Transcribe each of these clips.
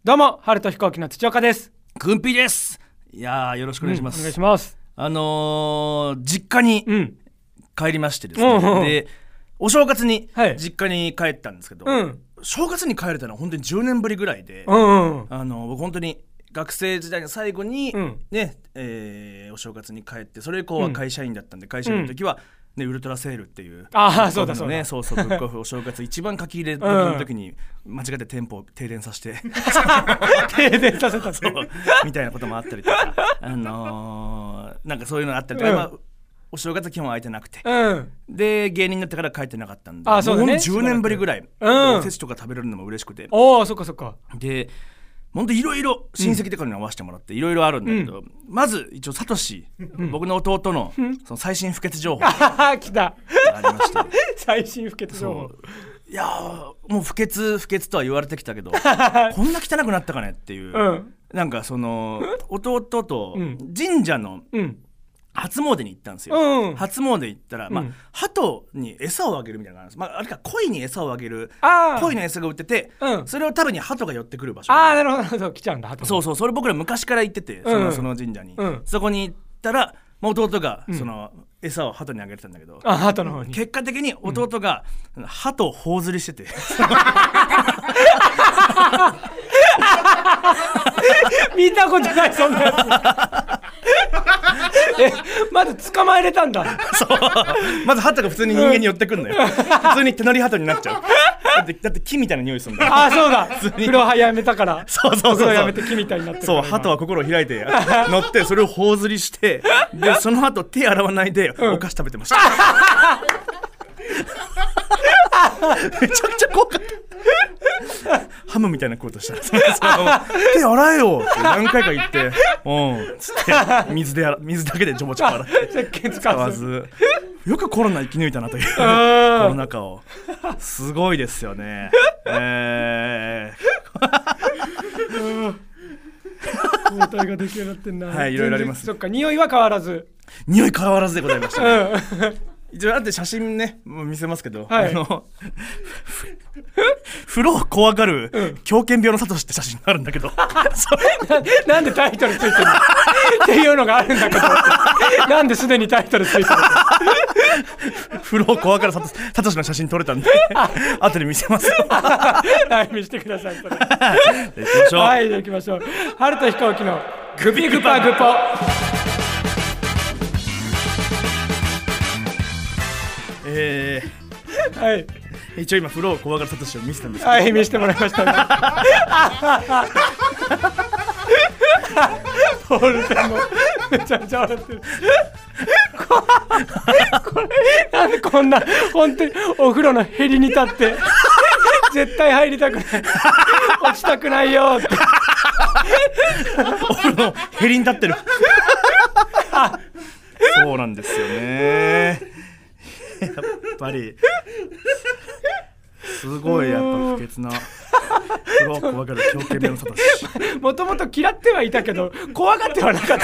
どうも春と飛行機の土岡です。 くんぴーです。いやーよろしくお願いします、 お願いします。 実家に帰りましてですね、でお正月に実家に帰ったんですけど、正月に帰れたのは本当に10年ぶりぐらいで、僕本当に学生時代の最後にね、お正月に帰って、それ以降は会社員だったんで、会社員の時はね、ウルトラセールっていうそうだそうだ、 そうブックオフお正月一番書き入れ時の時に間違って店舗を停電させて停電させたそうみたいなこともあったりとか、なんかそういうのあったりとか、お正月基本空いてなくて、で芸人になってから帰ってなかったんで、もう10年ぶりぐらい、おせちとか食べれるのも嬉しくて、 そっかそっか。で本当いろいろ親戚とかに合わせてもらっていろいろあるんだけど、まず一応サトシ、僕の弟のその最新不潔情報が来たありまして最新不潔情報。 いやもう不潔とは言われてきたけどこんな汚くなったかねっていう、なんかその弟と神社の初詣に行ったんですよ、初詣行ったら、鳩に餌をあげるみたいなのがあるんです、あれか鯉に餌をあげる鯉の餌が売ってて、それを食べに鳩が寄ってくる場所。 なるほど、来ちゃうんだ鳩。 そうそれ僕ら昔から行ってて、その神社に、そこに行ったら弟がその餌を鳩にあげてたんだけど、 鳩の方に結果的に弟が鳩を頬ずりしてて見たことないそんなやつまず捕まえれたんだ。 そうまず鳩が普通に人間に寄ってくるのよ、普通に手乗り鳩になっちゃうだって木みたいな匂いするんだよ。 そうだ風呂やめたから。そう風呂やめて木みたいになってる。 そう鳩は心を開いて乗ってそれを頬ずりして、でその後手洗わないでお菓子食べてました、めちゃくちゃ怖かった。ハムみたいな食おうとしたら手洗えよって何回か言ってつって水だけでちょぼちょぼ洗って石鹸使わずよくコロナ生き抜いたなというコロナ禍を。すごいですよね。 抗体が出来上がってんな。 はい、いろいろあります。 そっか、匂いは変わらず。 匂い変わらずでございましたね。一応あって写真ね見せますけど、風呂を怖がる狂犬病のサトシって写真があるんだけどなんでタイトルついてるっていうのがあるんだけどなんですでにタイトルついてる風呂を怖がるサトシの写真撮れたんで後で見せますよ。 はい、見せてください。それ行きましょう。 はい、行きましょう。春と飛行機のグピグパグポ。 はい、一応今風呂を怖がるサトシを見せたんですけど、 はい、見せてもらいましたね。ボールペンもめちゃめちゃ笑ってる。これなんでこんな本当にお風呂のへりに立って絶対入りたくない落ちたくないよってお風呂のへりに立ってるそうなんですよね。やっぱりすごいやっぱ不潔な風呂を怖がる狂犬病のサトシ。 もともと嫌ってはいたけど怖がってはなかった。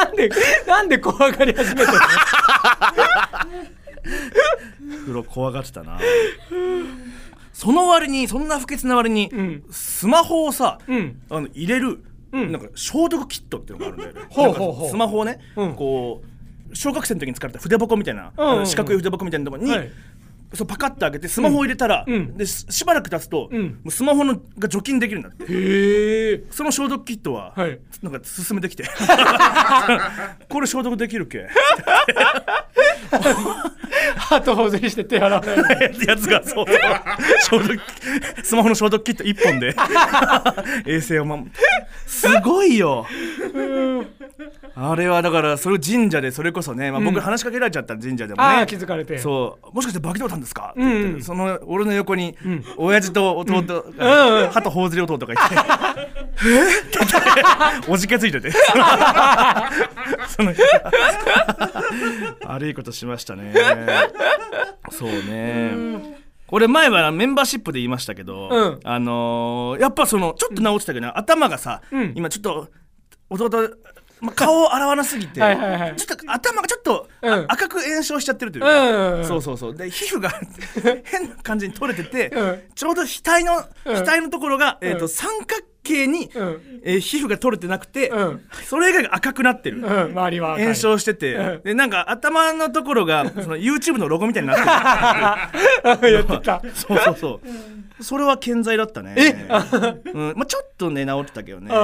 なんで怖がり始めたの。 風呂怖がってたな。その割にそんな不潔な割に、スマホをさ、入れる、なんか消毒キットっていうのがあるんだよね。スマホをね、こう小学生の時に使った筆箱みたいな、四角い筆箱みたいなところに、そうパカッと開けてスマホを入れたら、でしばらく経つと、もうスマホが除菌できるんだって。その消毒キットは、なんか進めてきてこれ消毒できるっけ鳩ほずりして手洗わないやつがそう消毒スマホの消毒キット1本で衛生を守ってすごいよ。あれはだからそれを神社でそれこそね、僕話しかけられちゃった神社でもね、 気づかれて、 そうもしかしてバキドーたんですかって言って、その俺の横に親父と弟が鳩頬ずり弟がいてっておじけついててその悪いことしましたね。そうね。これ前はメンバーシップで言いましたけど、やっぱそのちょっと直ってたけど、頭がさ、今ちょっと弟顔を洗わなすぎてはいはいはい、 ちょっと頭がちょっと、赤く炎症しちゃってるというか、そうで皮膚が変な感じに取れてて、ちょうど額のところが、三角形に、皮膚が取れてなくて、それ以外が赤くなってる、 周りは炎症してて、でなんか頭のところがその YouTube のロゴみたいになってるやってたそうそれは健在だったね。ちょっとね治ってたけどね。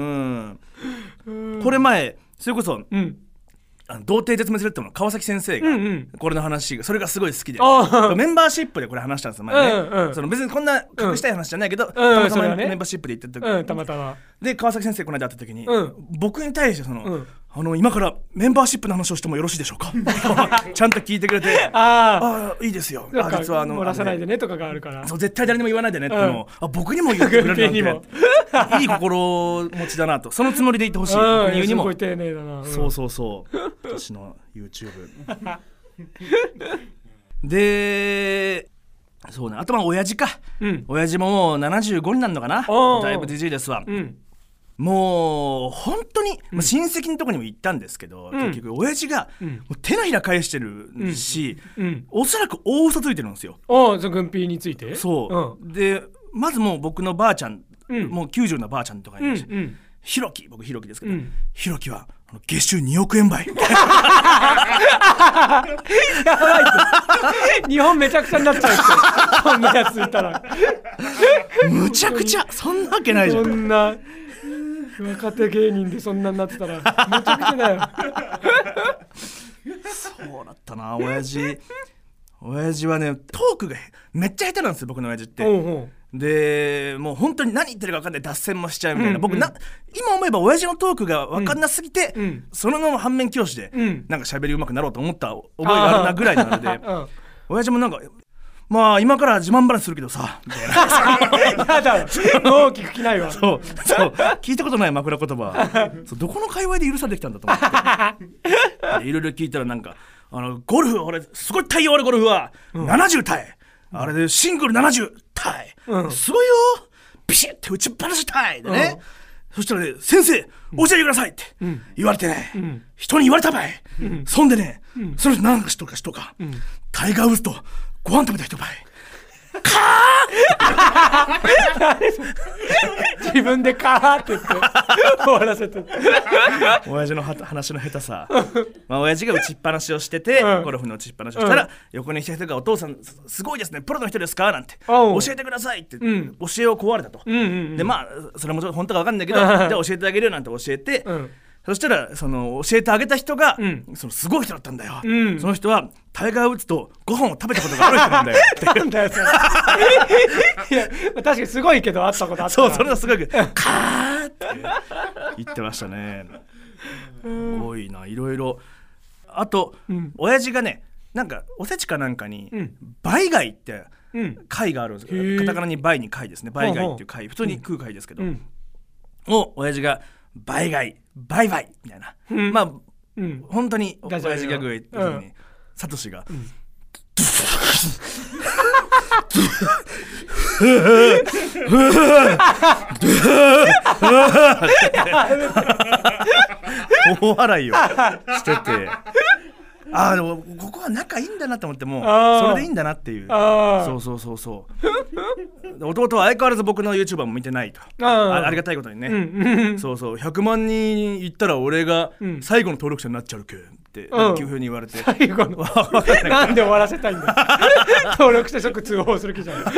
これ前それこそ、童貞絶滅レッドの川崎先生が、これの話がそれがすごい好きで、メンバーシップでこれ話したんですよ前ね、その別にこんな隠したい話じゃないけど、たまたまメンバーシップで行った時、 たまたまで川崎先生この間会った時に、僕に対してその、今からメンバーシップの話をしてもよろしいでしょうかちゃんと聞いてくれて、いいですよ、 実は漏らさないでねとかがあるから、 そう絶対誰にも言わないでねってのを、僕にも言ってくれるなんていい心持ちだなと、そのつもりでいてほしい、僕に言うにもすごい丁寧だな、 そう私の YouTube で、そうね、あとは親父か、親父ももう75になるのかな、だいぶじじいですわ。もう本当に、親戚のとこにも行ったんですけど、結局親父がもう手のひら返してるし、おそらく大嘘ついてるんですよ。 軍ピーについて。 でまずもう僕のばあちゃん、もう90のばあちゃんとかにひろき、僕ひろきですけど、ひろきは月収2億円倍やばい日本めちゃくちゃになっちゃうってこんなやついたらむちゃくちゃ、そんなわけないじゃん。 そんな若手芸人でそんなになってたらめちゃくちゃだよそうだったな。親父はねトークがめっちゃ下手なんですよ、僕の親父って。でもう本当に何言ってるか分かんない脱線もしちゃうみたいな、僕今思えば親父のトークが分かんなすぎて、そのまま反面教師で、なんか喋りうまくなろうと思った覚えがあるなぐらいなので、親父もなんかまあ今から自慢話するけどさみたいなやだもう聞く気ないわ。 そう聞いたことない枕言葉どこの界隈で許されてきたんだと思っていろいろ聞いたら、なんかゴルフ、俺すごい対応あるゴルフは70対、あれでシングル70対、すごいよビシッて打ちっぱなし対でね、そしたらね、先生教えてくださいって言われてね、人に言われたばい、そんでね、その人何かしとか、タイガー・ウッズとご飯食べた人ばい自分でカーって言って終わらせて親父の話の下手さ親父が打ちっぱなしをしてて、ゴルフの打ちっぱなしをしたら、横に来た人がお父さんすごいですね、プロの人ですかなんて教えてくださいって、教えを壊れたと、でまあそれも本当か分かんないけどじゃあ教えてあげるよなんて教えて、そしたらその教えてあげた人が、そのすごい人だったんだよ、その人はタイガー・ウッズとご飯を食べたことがある人なんだよなんだよそれいや確かにすごいけど会ったことあったそうそれはすごいけどカーって言ってましたね。すごいな、いろいろ。あと、親父がね、なんかおせちかなんかに、倍貝って貝があるんですよ、カタカナに倍に貝ですね、倍貝っていう貝、普通に食う貝ですけど、を親父が倍貝バイバイみたいな、まあ、本当に親父ギャグが言った時にサトシが、大笑いをしててでもここは仲いいんだなと思って、もうそれでいいんだなっていう。そう弟は相変わらず僕の YouTuber も見てないと、ありがたいことにね、そう100万人いったら俺が最後の登録者になっちゃうけって急風に言われて、 最後のなんで終わらせたいんだ登録して即通報する気じゃん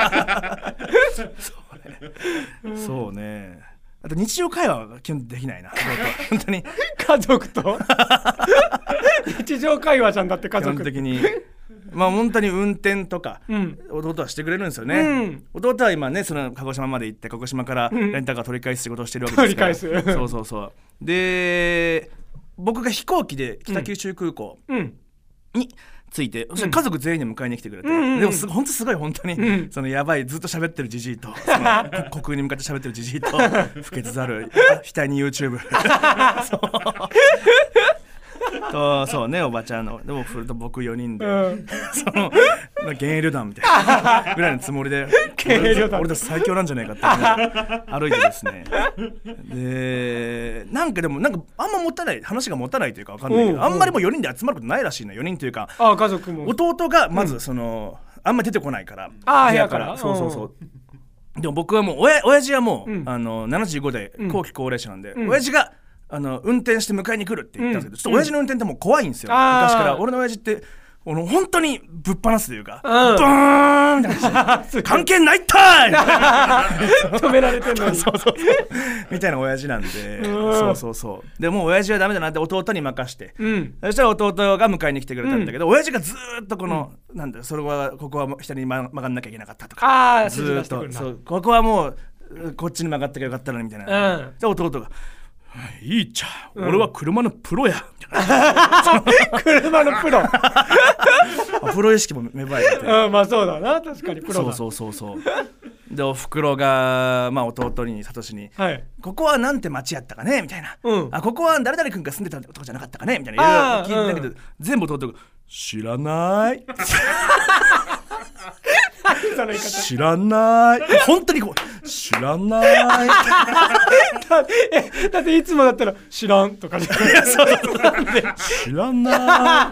そうね。あと日常会話は基本できないな本当に家族と日常会話じゃんだって家族基本的にまあ本当に運転とか、弟はしてくれるんですよね、弟は今ねその鹿児島まで行って鹿児島からレンタカー取り返す仕事をしてるわけですから、そうで僕が飛行機で北九州空港について、そして家族全員で迎えに来てくれて、でも本当すごい本当に、そのやばいずっと喋ってるじじいとその虚空に向かって喋ってるじじいと不潔ざる額に YouTube そうとそうねおばちゃんのでも僕4人で、その現役旅団みたいなぐらいのつもりで俺たち最強なんじゃないかって歩いてですねでなんかでもなんかあんま持たない話が持たないというか分かんないけど、あんまりもう4人で集まることないらしいの4人というか家族も弟がまずその、あんまり出てこないから部屋からそうでも僕はもう親父はもう、75で後期高齢者なんで、親父が運転して迎えに来るって言ったんですけど、ちょっと親父の運転ってもう怖いんですよ、昔から。俺の親父って本当にぶっ放すというか、ブーンみたいな関係ないったい止められてんのにそうみたいな親父なんで、そうでもう親父はダメだなって弟に任して、そしたら弟が迎えに来てくれたんだけど、親父がずーっとこの、なんだそれはここは人に曲がんなきゃいけなかったとか、ずーっとそうここはもうこっちに曲がってきゃよかったのにみたいな、で弟がいいっちゃ、俺は車のプロや車のプロプロ意識も芽生えてて、 まあそうだな、確かにプロだ。 そうでおふくろが、まあ、弟にサトシに、ここはなんて町やったかねみたいな、ここは誰々君が住んでたとこじゃなかったかねみたいな聞いてたけど、全部弟が知らない知らない本当にこう知らないだっていつもだったら知らんとかじゃない知らない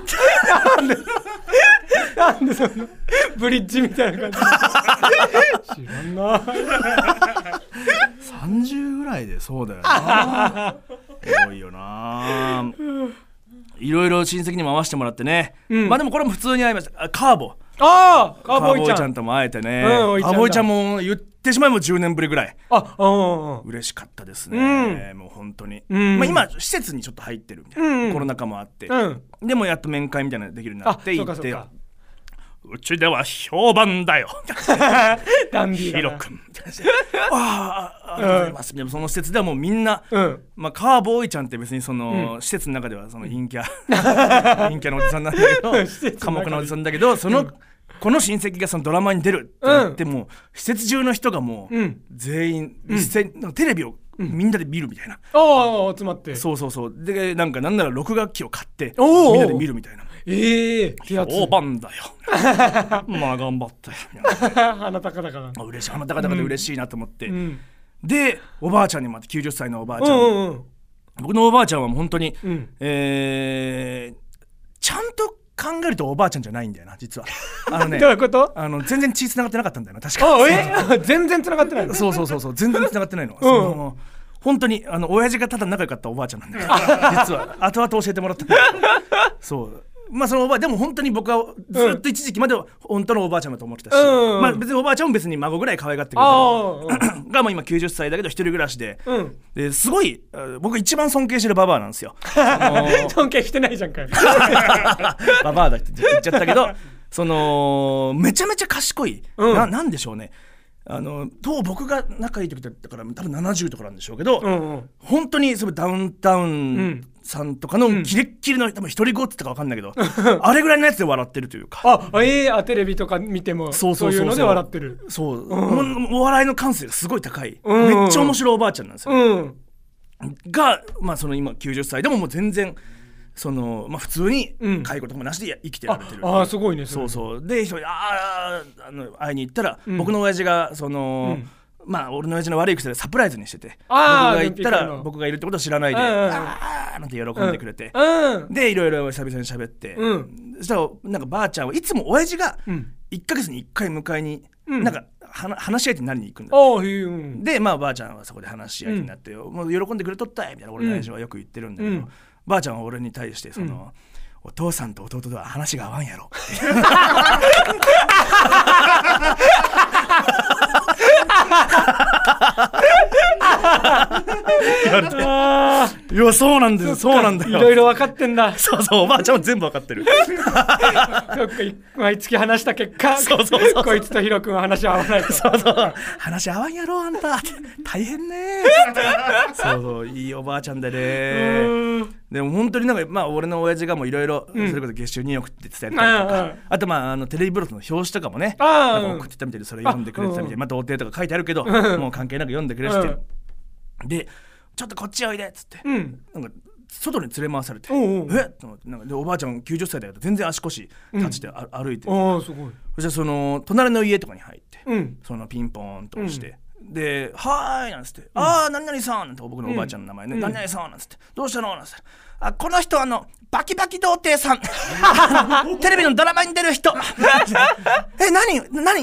なんでそんなブリッジみたいな感じ知らない 30ぐらいでそうだよな多いよないろいろ親戚にも会わせてもらってね、まあでもこれも普通に会いました。カーボーイちゃんとも会えてね、カーボーイちゃんも言ってしまえば10年ぶりぐらい嬉しかったですね、もう本当に、まあ、今施設にちょっと入ってるみたいな、コロナ禍もあって、でもやっと面会みたいなのができるようになっていって、うちでは評判だよダンディーヒロ君ありがとうございます、でもその施設ではもうみんな、まあ、カーボーイちゃんって別にその、施設の中ではその陰キャのおじさんなんだけど寡黙なおじさんだけど、この親戚がそのドラマに出るってなっても、施設中の人がもう全員一斉にテレビをみんなで見るみたいな、 集まってそうでなんなら録画機を買ってみんなで見るみたいな、大番だよまあ頑張ったよ鼻高々が嬉しい、鼻高々で嬉しいなと思って、でおばあちゃんにも90歳のおばあちゃん、僕のおばあちゃんはもう本当に、ちゃんと考えるとおばあちゃんじゃないんだよな実は。 どういうこと？ 全然血繋がってなかったんだよな確か。 全然繋がってないの？ そう全然繋がってないの。本当に親父がただ仲良かったおばあちゃんなんだよ実は後々教えてもらったんだよそうまあそのおばあでも本当に僕はずっと一時期までは本当のおばあちゃんだと思ってたし、まあ別におばあちゃんも別に孫ぐらい可愛がってくれたがもう今90歳だけど一人暮らしで、ですごい僕一番尊敬してるババアなんですよ尊敬してないじゃんかよババアだって言っちゃったけどそのめちゃめちゃ賢い、なんでしょうね、僕が仲いい時だったから多分70とかなんでしょうけど、本当にそのダウンタウンさんとかのキレッキレの多分一人ごっつとか分かんないけどあれぐらいのやつで笑ってるというか、 テレビとか見てもそういうので笑ってる、 お笑いの感性がすごい高い、めっちゃ面白いおばあちゃんなんですよ、がまあその今90歳でももう全然そのまあ、普通に介護とかもなしで生きてられてる、 すごいね。 そうで一人会いに行ったら、僕の親父がその、まあ俺の親父の悪い癖でサプライズにしてて、僕が行ったら僕がいるってことを知らないでなんて喜んでくれて、でいろいろ久々に喋って、そしたらなんかばあちゃんはいつも親父が1ヶ月に1回迎えに、なんか話し合いになりに行くんだでまあばあちゃんはそこで話し合いになって、もう喜んでくれとったみたいな俺の親父はよく言ってるんだけど、ばあちゃんは俺に対してその、お父さんと弟とは話が合わんやろ言われて、いやそうなんですそうなんだよ、 いろいろ分かってんだ。 そうおばあちゃんも全部分かってる毎月話した結果こいつとヒロ君は話合わないと話合わんやろあんた大変ねそういいおばあちゃんでね。でも本当になんかまあ俺の親父がもういろいろそれこそ月収2億って伝えたりとか、あとまあテレビブログの表紙とかもねなんか送ってたみたいでそれ読んでくれてたみたいで、まあ童貞とか書いてあるけどもう関係なく読んでくれてて、でちょっとこっちおいでっつって、なんか外に連れ回されて、 おうおうえっと思ってなんかでおばあちゃん90歳だけど全然足腰立ちて、歩いて、 ああすごい。 そしてその隣の家とかに入って、 うん、 そのピンポーンと押して、ではーいなんつって、ああ何々さんなんて僕のおばあちゃんの名前ね、何々さんなんつって、どうしたのなんつって、あこの人バキバキ童貞さんテレビのドラマに出る人え何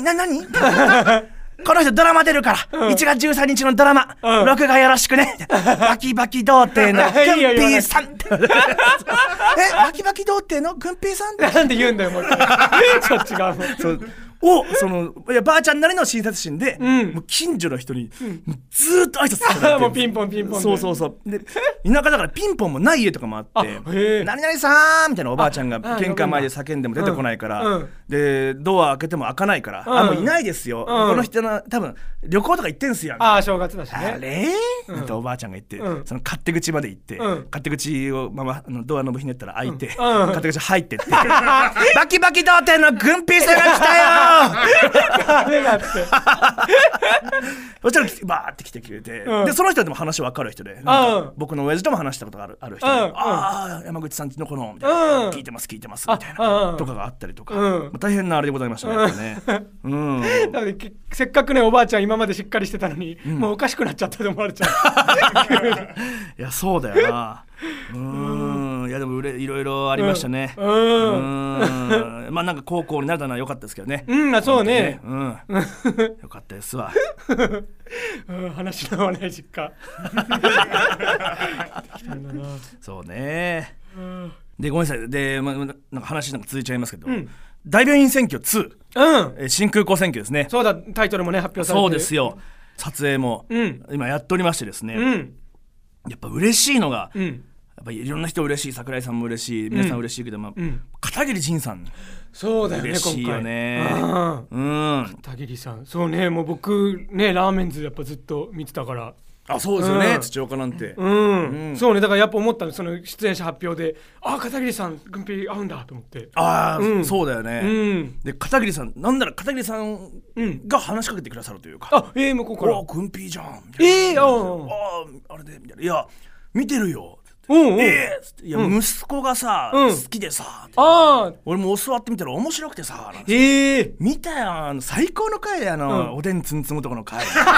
この人ドラマ出るから、1月13日のドラマ、録画よろしくねバキバキ童貞のグンピーさんバキバキ童貞のグンピーさんなんで言うんだよもうそっち側もそういやばあちゃんなりの親切心で、もう近所の人に、ずーっと挨拶されてるもうピンポンピンポンそうで田舎だからピンポンもない家とかもあって何々さんみたいなおばあちゃんが玄関前で叫んでも出てこないから、でドア開けても開かないから、もういないですよ、この人の多分旅行とか行ってんすよ、 正月だしね、 あれなんておばあちゃんが言って、その勝手口まで行って、勝手口をドアの部品でやったら開いて、勝手口入ってってバキバキ童貞の軍ピーさんが来たよダメだってそしたらバーって来てくれて、でその人でも話分かる人で、僕の親父とも話したことがある人で、ああ山口さんちの子のみたいな、聞いてますみたいなとかがあったりとか、大変なあれでございましたね、やっぱね。 なのでせっかくねおばあちゃん今までしっかりしてたのに、もうおかしくなっちゃったと思われちゃういやそうだよな。いやでもいろいろありましたね。まあなんか高校になれたのは良かったですけどね。 そうね。 良かったですわ。 話の合わない実家。 そうね。でごめんなさい。でなんか話なんか続いちゃいますけど、大病院選挙2、新空港選挙ですね。 そうだ、タイトルもね発表されてる。 そうですよ。撮影も今やっておりましてですね。やっぱ嬉しいのが。やっぱりいろんな人嬉しい、桜井さんも嬉しい、皆さん嬉しいけど、片桐仁さんそうだよね、 嬉しいよね。 片桐さんそうね、もう僕ねラーメンズやっぱずっと見てたから。 そうですよね、土岡なんて。 そうね、だからやっぱ思ったの、その出演者発表で片桐さん軍平合うんだと思って。 そうだよね。で片桐さんなんなら片桐さんが話しかけてくださるというか、 向こうから軍平じゃんみたいな、あれでみたいな、いや見てるよ、いや息子がさ好きでさ、俺も教わってみたら面白くてさ、見たよ最高の回、おでんつんつむとこの回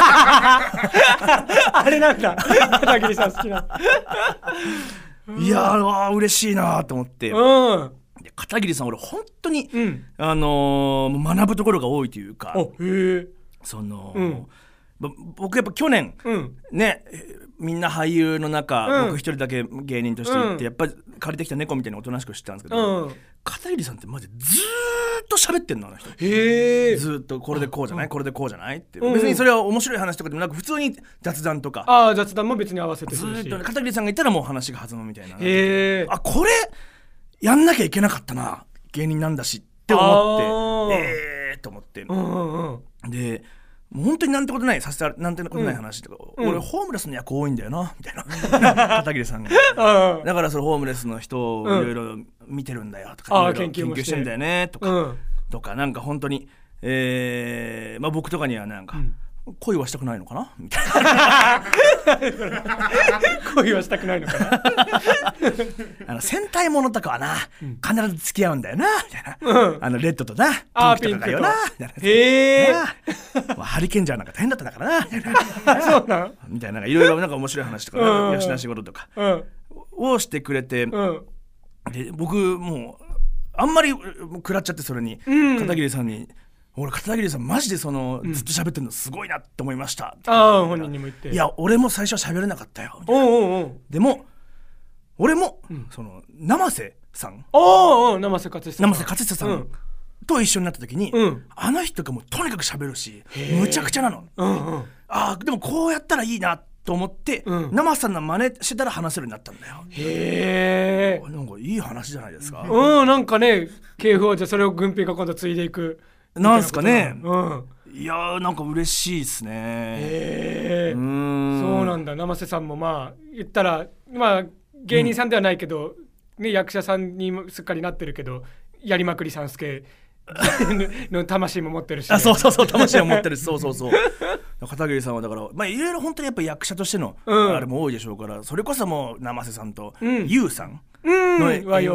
あれなんだ片桐さん好きな。 いや嬉しいなと思って、片桐さん俺本当に学ぶところが多いというか、その僕やっぱ去年ね、みんな俳優の中、僕一人だけ芸人として行って、やっぱり借りてきた猫みたいにおとなしくしてたんですけど、片桐さんってマジでずーっと喋ってんの、あの人。ずっとこれでこうじゃない、これでこうじゃないって、別にそれは面白い話とかでもなく普通に雑談とか、 雑談も別に合わせてずっと片桐さんがいたらもう話が弾むみたいな。これやんなきゃいけなかったな、芸人なんだしって思ってと思って、でもう本当になんてことないなんてことない話とか、俺ホームレスの役多いんだよなみたいな片桐さんがだからそれホームレスの人をいろいろ見てるんだよとか、研究してんだよねとか、なんか本当に僕とかにはなんか恋はしたくないのかなみたいな恋はしたくないのかな戦隊ものとかはな、必ず付き合うんだよなみたいな、レッドとなピンクとかよなみたいな、ハリケンジャーなんか大変だったんだからなみたいなそうなんみたいないろいろなんか面白い話とか、吉田仕事とかをしてくれて、で僕もうあんまり食らっちゃって、それに片桐さんに俺片桐さんマジでずっと喋ってるのすごいなって思いました、 本人にも言って、 いや俺も最初は喋れなかったよみたいな、でも俺も、その生瀬さん、 生瀬勝久さんと一緒になった時に、あの人がもうとにかく喋るしむちゃくちゃなの、でもこうやったらいいなと思って、生瀬さんの真似してたら話せるようになったんだよ。なんかいい話じゃないですか。 なんかね、系譜をじゃあそれを軍平が今度継いでいくなんすかね。いやーなんか嬉しいですね。 そうなんだ。生瀬さんもまあ言ったら芸人さんではないけど、役者さんにもすっかりなってるけど、やりまくりさんすけの魂も持ってるし、 そう魂を持ってるしそう片桐さんはだからまあいろいろ本当にやっぱ役者としてのあれも多いでしょうから、それこそもう生瀬さんとゆうさんの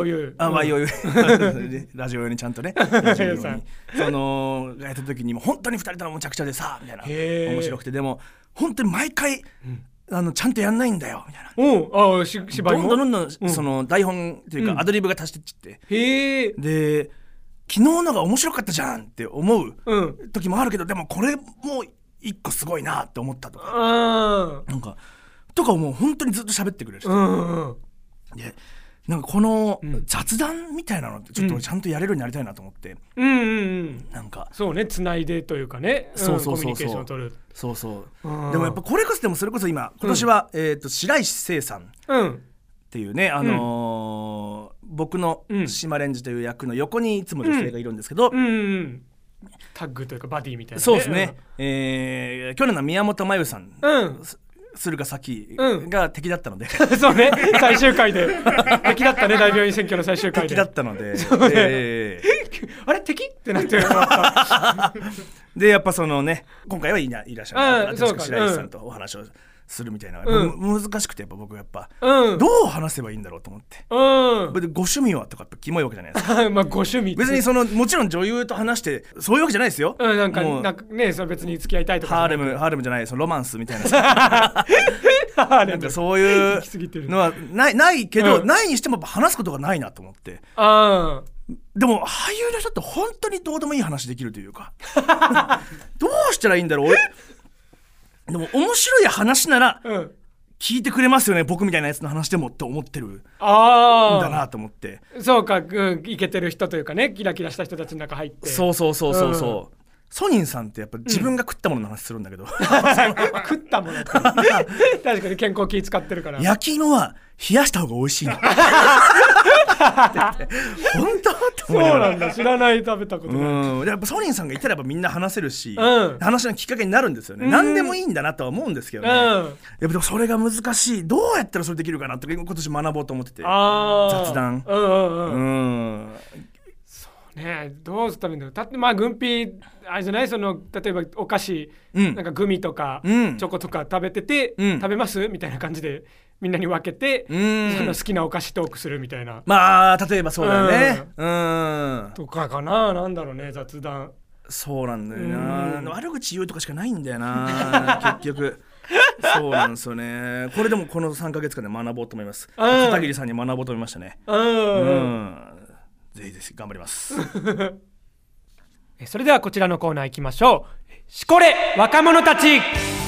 YOU ラジオ用にちゃんとねラジオ用にそのやった時にも本当に2人ともむちゃくちゃでさみたいな面白くて、でも本当に毎回ちゃんとやんないんだよみたいな、 芝居もどんどんその台本というかアドリブが足してっちって、で昨日のが面白かったじゃんって思う時もあるけど、でもこれも一個すごいなって思ったとかなんかとかもう本当にずっと喋ってくれる人で、なんかこの雑談みたいなのってちょっとちゃんとやれるようになりたいなと思って、なんかそうね、つないでというかね、コミュニケーションを取る。 そうそう。でもやっぱこれこそでもそれこそ今年は白石聖さんっていうね、僕の島レンジという役の横にいつも女性がいるんですけど、 タッグというかバディみたいな、ね、 そうですね、去年の宮本真由さん、駿河咲が敵だったので、 そうね、最終回で敵だったね、大病院選挙の最終回で敵だったので、 あれ敵ってなってでやっぱそのね今回はいらっしゃる白石さんとお話をするみたいな、難しくてやっぱ僕やっぱ、どう話せばいいんだろうと思って、ご趣味はとかってキモいわけじゃないですかまあご趣味別にそのもちろん女優と話してそういうわけじゃないですよ、 なんかね、それ別に付き合いたいとかハーレムじゃない、そのロマンスみたいななんかそういうのはないけど、ないにしても話すことがないなと思って、でも俳優の人って本当にどうでもいい話できるというかどうしたらいいんだろう。でも面白い話なら聞いてくれますよね、僕みたいなやつの話でもって思ってるんだなと思って。 そうか、イケてる人というかね、キラキラした人たちの中入って、 そう、ソニンさんってやっぱ自分が食ったものの話するんだけど、 食ったものって確かに健康気使ってるから、 焼き芋は冷やした方が美味しいの本当って思いながら、 そうなんだ、知らない、食べたことない。 やっぱソニンさんがいたらやっぱみんな話せるし、話のきっかけになるんですよね、何でもいいんだなとは思うんですけどね、やっぱでもそれが難しい、どうやったらそれできるかなって今年学ぼうと思ってて、雑談ね、どうするためにだってまあ軍備あれじゃない、その例えばお菓子、なんかグミとか、チョコとか食べてて、食べますみたいな感じでみんなに分けて、その好きなお菓子トークするみたいな、 まあ例えばそうだよね、 とかかな、なんだろうね、雑談。 そうなんだよな、悪口言うとかしかないんだよな結局そうなんですよね。これでもこの3ヶ月間で学ぼうと思います。片桐さんに学ぼうと思いましたね。ぜひぜひ頑張りますそれではこちらのコーナー行きましょう。しこれ若者たち。 こ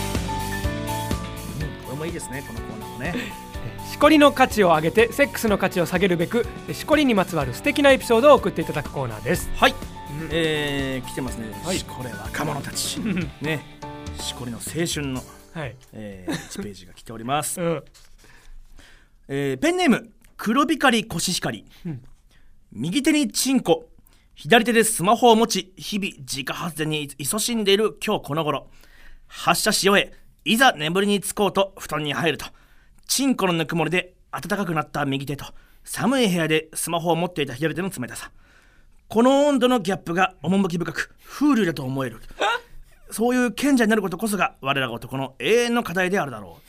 れもいいですね、このコーナーもね。 しこりの価値を上げてセックスの価値を下げるべく、しこりにまつわる素敵なエピソードを送っていただくコーナーです。 はい、来てますね、しこれ若者たちね、しこりの青春の、1ページが来ております、ペンネーム黒光コシヒカリ、右手にチンコ、左手でスマホを持ち、日々自家発電に勤しんでいる今日この頃、発射し終え、いざ眠りにつこうと布団に入ると、チンコのぬくもりで暖かくなった右手と、寒い部屋でスマホを持っていた左手の冷たさ、この温度のギャップが趣深く風流だと思えるそういう賢者になることこそが我らが男の永遠の課題であるだろう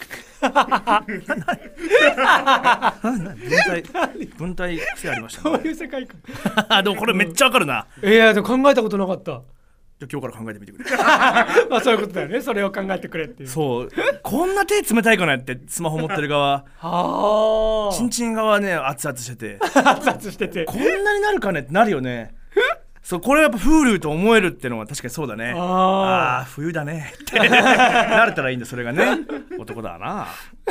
文体癖ありましたね。 そういう世界観でもこれめっちゃわかるな。 いやでも考えたことなかった。 じゃあ今日から考えてみてくれまあそういうことだよね、それを考えてくれっていう。 そうこんな手冷たいかなってスマホ持ってる側チンチン側ね、熱々してて熱々しててこんなになるかねってなるよねそうこれやっぱ風流と思えるってのは確かにそうだね。ああ冬だねってなれたらいいんだ、それがね男だな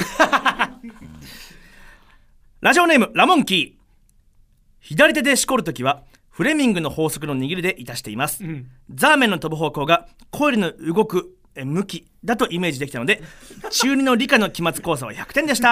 ラジオネームラモンキー。左手でしこるときはフレミングの法則の握りでいたしています、ザーメンの飛ぶ方向がコイルの動く向きだとイメージできたので中二の理科の期末講座は100点でした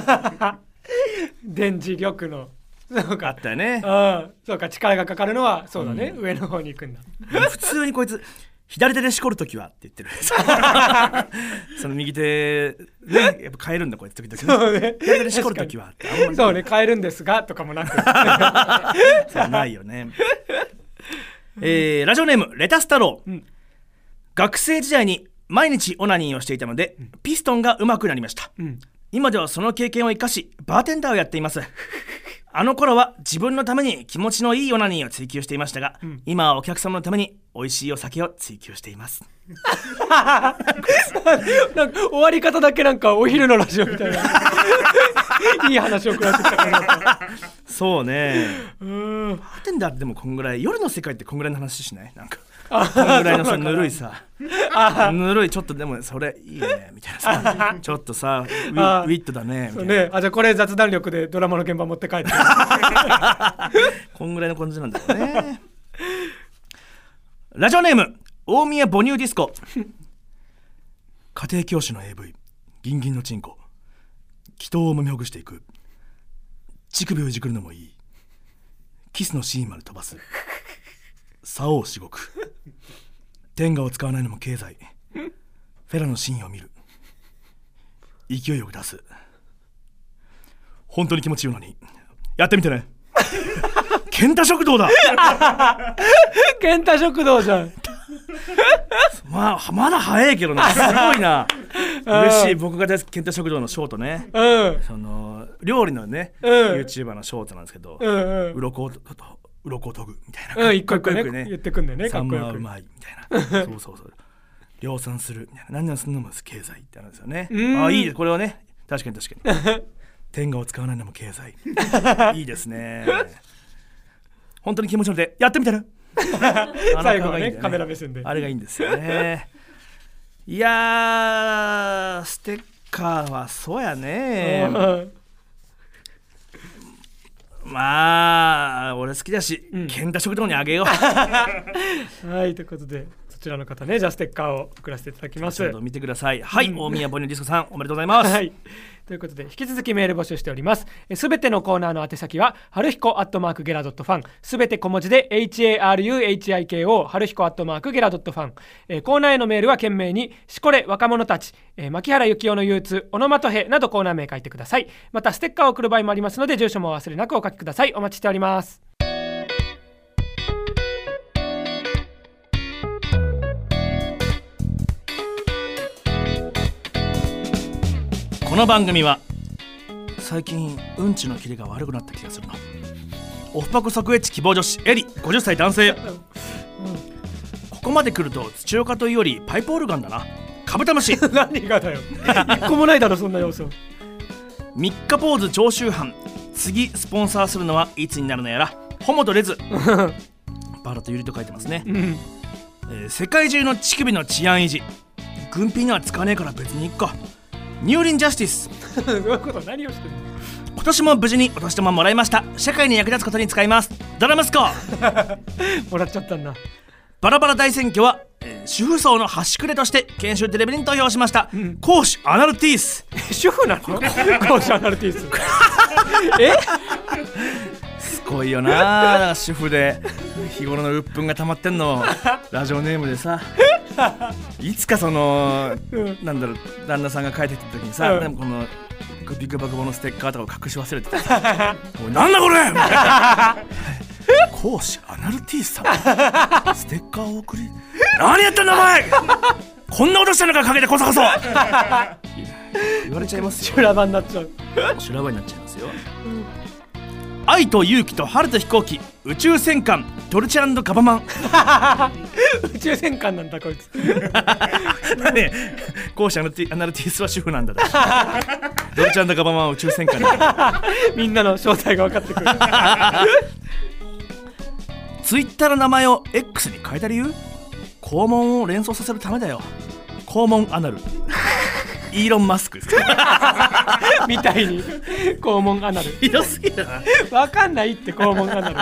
電磁力のそうかあったよね。 そうか、力がかかるのはそうだね、上の方に行くんだ普通にこいつ左手でしこるときはって言ってるその右手ねやっぱ変えるんだこいつ時々、 そうね、 左手でしこるときはってそうね、変えるんですがとかもなくそうないよねラジオネームレタス太郎、学生時代に毎日オナニーをしていたので、ピストンが上手くなりました、今ではその経験を生かしバーテンダーをやっています。あの頃は自分のために気持ちのいいオナニーを追求していましたが、今はお客様のために美味しいお酒を追求しています。 なんか終わり方だけなんかお昼のラジオみたいないい話を食らってきたかな。 そうね、バーテンダーってでもこんぐらい、夜の世界ってこんぐらいの話しない？なんかこんぐらいのさ、ぬるいさ、ぬるい、ちょっとでもそれいいねみたいなさ、ちょっとさウィットだねみたいな、 ね、じゃあこれ雑談力でドラマの現場持って帰ってこんぐらいの感じなんだよね。ラジオネーム大宮母乳ディスコ。家庭教師の AV、 ギンギンのチンコ、祈祷をもみほぐしていく、乳首をいじくるのもいい、キスのシーンまで飛ばす、竿をしごく、天下を使わないのも経済、フェラのシーンを見る、勢いよく出す、本当に気持ちいいのにやってみてね。ケンタ食堂だ。 ケンタ食堂じゃん。 まだ早いけどな、すごいな。嬉しい。僕が大好きケンタ食堂のショートね、その料理のね、YouTuber のショートなんですけど、鱗を研ぐみたいな、 一個一個ね言ってくんだよね。 サンマはうまいみたいな。そう量産するみたいな、何々するのも経済ってあるんですよね。いいです、これはね、確かに天下を使わないのも経済。いいですね。本当に気持ちよくてやってみてる。 最後はね、カメラ目線であれがいいんですよね。いやー、ステッカーはそうやね。まあ俺好きだし、ケンタ食堂にあげよう。 はい、ということでそちらの方ね、じゃあステッカーを送らせていただきます。 ちょっと見てください。はい、大宮ボニーディスコさん、おめでとうございます。 はい、ということで引き続きメール募集しております。すべてのコーナーの宛先ははるひこ@gera.fun、すべて小文字で HARUHIKO、 はるひこ@gera.fun。コーナーへのメールは懸命にしこれ若者たち、牧原幸雄の憂鬱、オノマトヘなどコーナー名書いてください。またステッカーを送る場合もありますので、住所もお忘れなくお書きください。お待ちしております。 この番組は最近うんちのキレが悪くなった気がするな。オフパク即エッチ希望女子エリ50歳男性。ここまで来ると土岡というよりパイプオルガンだな。カブトムシ。 何がだよ。一個もないだろそんな要素。 3日ポーズ常習犯、次スポンサーするのはいつになるのやら。ホモとレズ。バラとユリと書いてますね。世界中の乳首の治安維持、軍品には使わねえから別にいっか。ニューリンジャスティス。 どういうこと？何をしてるの？ 今年も無事にお年玉もらいました。社会に役立つことに使います。ドラ息子。 もらっちゃったんだ。 バラバラ大選挙は、主婦層の端くれとして研修テレビに投票しました。講師アナルティース。 主婦なの？講師アナルティース。 すごいよな。主婦で日頃の鬱憤が溜まってんのをラジオネームでさ、いつかその、なんだろう、旦那さんが帰ってきた時にさ、でもこのグビグバグボのステッカーとかを隠し忘れてた。おいなんだこれみたいな。講師アナルティース様、ステッカーを送り、何やってんだお前、こんなことしたのか、かけてこそこそ言われちゃいますよ。 修羅場になっちゃう。 修羅場になっちゃいますよ。愛と勇気と春と飛行機、宇宙戦艦ドルチェ&ガバマン。 宇宙戦艦なんだこいつ。 何？講師アナルティースは主婦なんだ。ドルチェ&ガバマンは宇宙戦艦なんだ。 みんなの正体が分かってくる。 ツイッターの名前を X に変えた理由？肛門を連想させるためだよ。肛門アナル。イーロン・マスクみたいに肛門アナル。 ひどすぎるな。 分かんないって肛門アナル。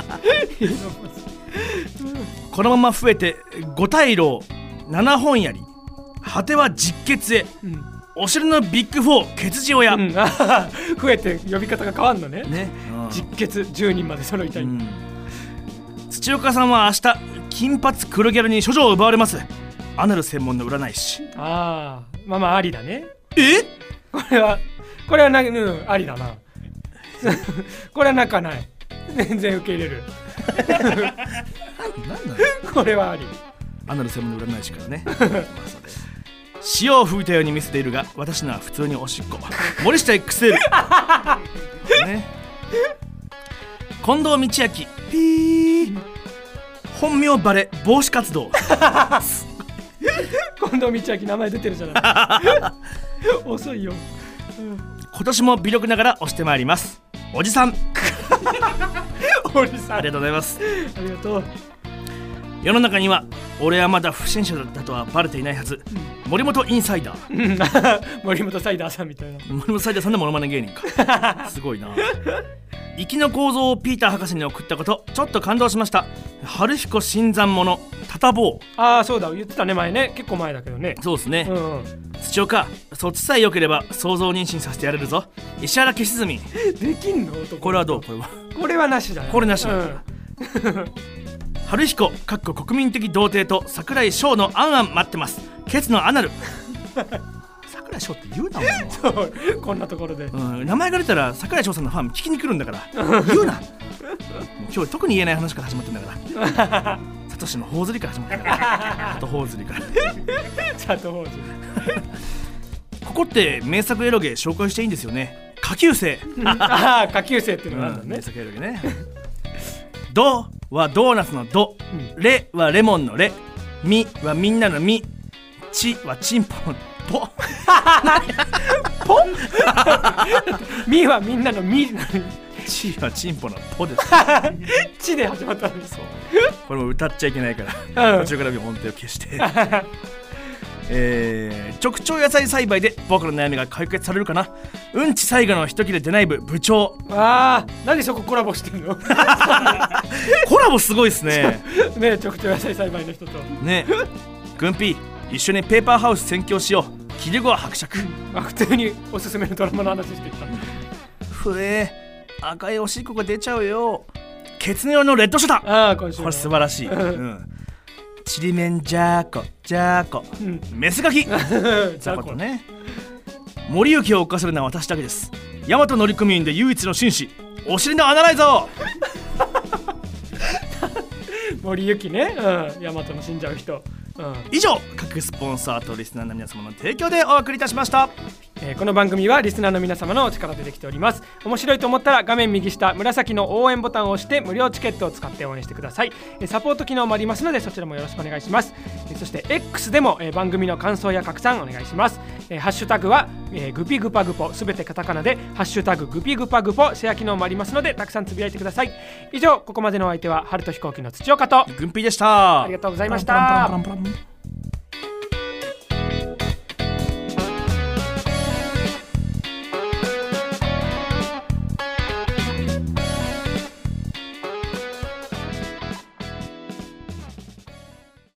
このまま増えて5対郎7本槍、果ては実血へ、お尻のビッグ4血字親、 増えて呼び方が変わんのね。実血10人まで揃いたい。 土岡さんは明日金髪黒ギャルに処女を奪われます。アナル専門の占い師。 まあありだね。 これはな、ありだな。これは泣かない。全然受け入れる。 なんだこれはあり。 アナル専門の占い師からね。 潮を吹いたように見せているが私のは普通におしっこ。森下 XL ね、近藤道明ピー本名バレ防止活動近藤道明名前出てるじゃない遅いよ、 今年も微力ながら押してまいります。おじさんおじさん、 ありがとうございます。 ありがとう。 世の中には俺はまだ不審者だとはバレていないはず、森本インサイダー森本サイダーさんみたいな。 森本サイダーさんでモノマネ芸人かすごいな。行きの構造をピーター博士に送ったことちょっと感動しました。春彦新参者タタボー。 ああそうだ、言ってたね前ね、結構前だけどね。 そうですね、土岡そっちさえ良ければ想像妊娠させてやれるぞ。石原消し積みできんの男。 これはどう？ これはなしだね。 これなしだ、春彦かっこ国民的童貞と櫻井翔のあんあん待ってます。ケツのアナル櫻井翔って言うなもんそうこんなところで、 名前が出たら櫻井翔さんのファン聞きに来るんだから言うな今日特に言えない話から始まってんだからサトシの頬ずりから始まってんだからあと頬ずりからチャット頬ずりここって名作エロゲ紹介していいんですよね。下級生ああ下級生っていうのがあるんだね、 名作エロゲねドはドーナツのド、レはレモンのレ、ミはみんなのミ、チはチンポのポポミはみんなのミ、 チはチンポのポですチで始まったんです。 これも歌っちゃいけないから途中から音程を消して直腸野菜栽培で僕の悩みが解決されるかな。うんち最後の一切れ出ない部長。 あー、何そこコラボしてんのコラボすごいっすねね、直腸野菜栽培の人とね。 グンピー一緒にペーパーハウス宣教しよう。キリゴは伯爵、 普通におすすめのドラマの話してきた。 ふ赤いおしっこが出ちゃうよ。血尿のレッドショタ。今週これ素晴らしい、ちりめんじゃーこじゃーこ、メスガキザコとね。森行を犯せるのは私だけです。大和乗組員で唯一の紳士、お尻のアナライザー森行ね、大和の死んじゃう人、 以上各スポンサーとリスナーの皆様の提供でお送りいたしました。 この番組はリスナーの皆様のお力でできております。面白いと思ったら画面右下紫の応援ボタンを押して無料チケットを使って応援してください。サポート機能もありますのでそちらもよろしくお願いします。そして X でも番組の感想や拡散お願いします。ハッシュタグはグピグパグポ、すべてカタカナでハッシュタググピグパグポ、シェア機能もありますのでたくさんつぶやいてください。以上、ここまでのお相手は春と飛行機の土岡とグンピーでした。 ありがとうございました。